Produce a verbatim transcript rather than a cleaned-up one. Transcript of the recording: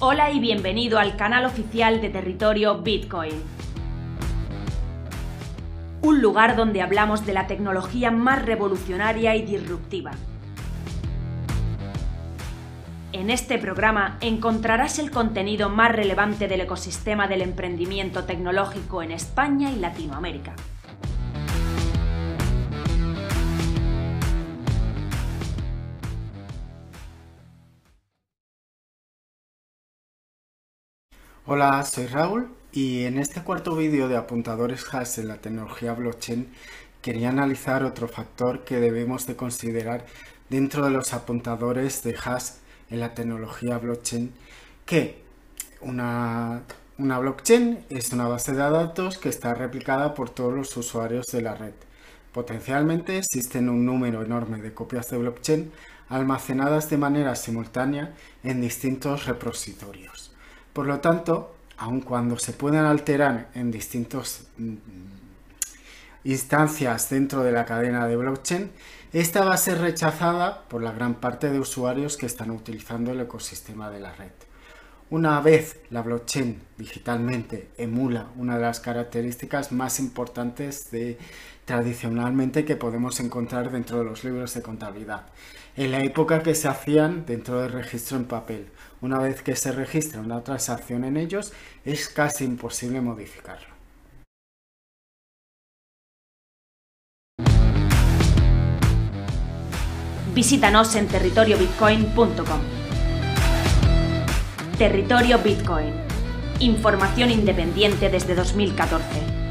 Hola y bienvenido al canal oficial de Territorio Bitcoin. Un lugar donde hablamos de la tecnología más revolucionaria y disruptiva. En este programa encontrarás el contenido más relevante del ecosistema del emprendimiento tecnológico en España y Latinoamérica. Hola, soy Raúl y en este cuarto vídeo de apuntadores hash en la tecnología blockchain quería analizar otro factor que debemos de considerar dentro de los apuntadores de hash en la tecnología blockchain, que una, una blockchain es una base de datos que está replicada por todos los usuarios de la red. Potencialmente existen un número enorme de copias de blockchain almacenadas de manera simultánea en distintos repositorios. Por lo tanto, aun cuando se puedan alterar en distintas instancias dentro de la cadena de blockchain, esta va a ser rechazada por la gran parte de usuarios que están utilizando el ecosistema de la red. Una vez la blockchain digitalmente emula una de las características más importantes de, tradicionalmente que podemos encontrar dentro de los libros de contabilidad, en la época que se hacían dentro del registro en papel. Una vez que se registra una transacción en ellos, es casi imposible modificarlo. Visítanos en territorio bitcoin punto com. Territorio Bitcoin. Información independiente desde dos mil catorce.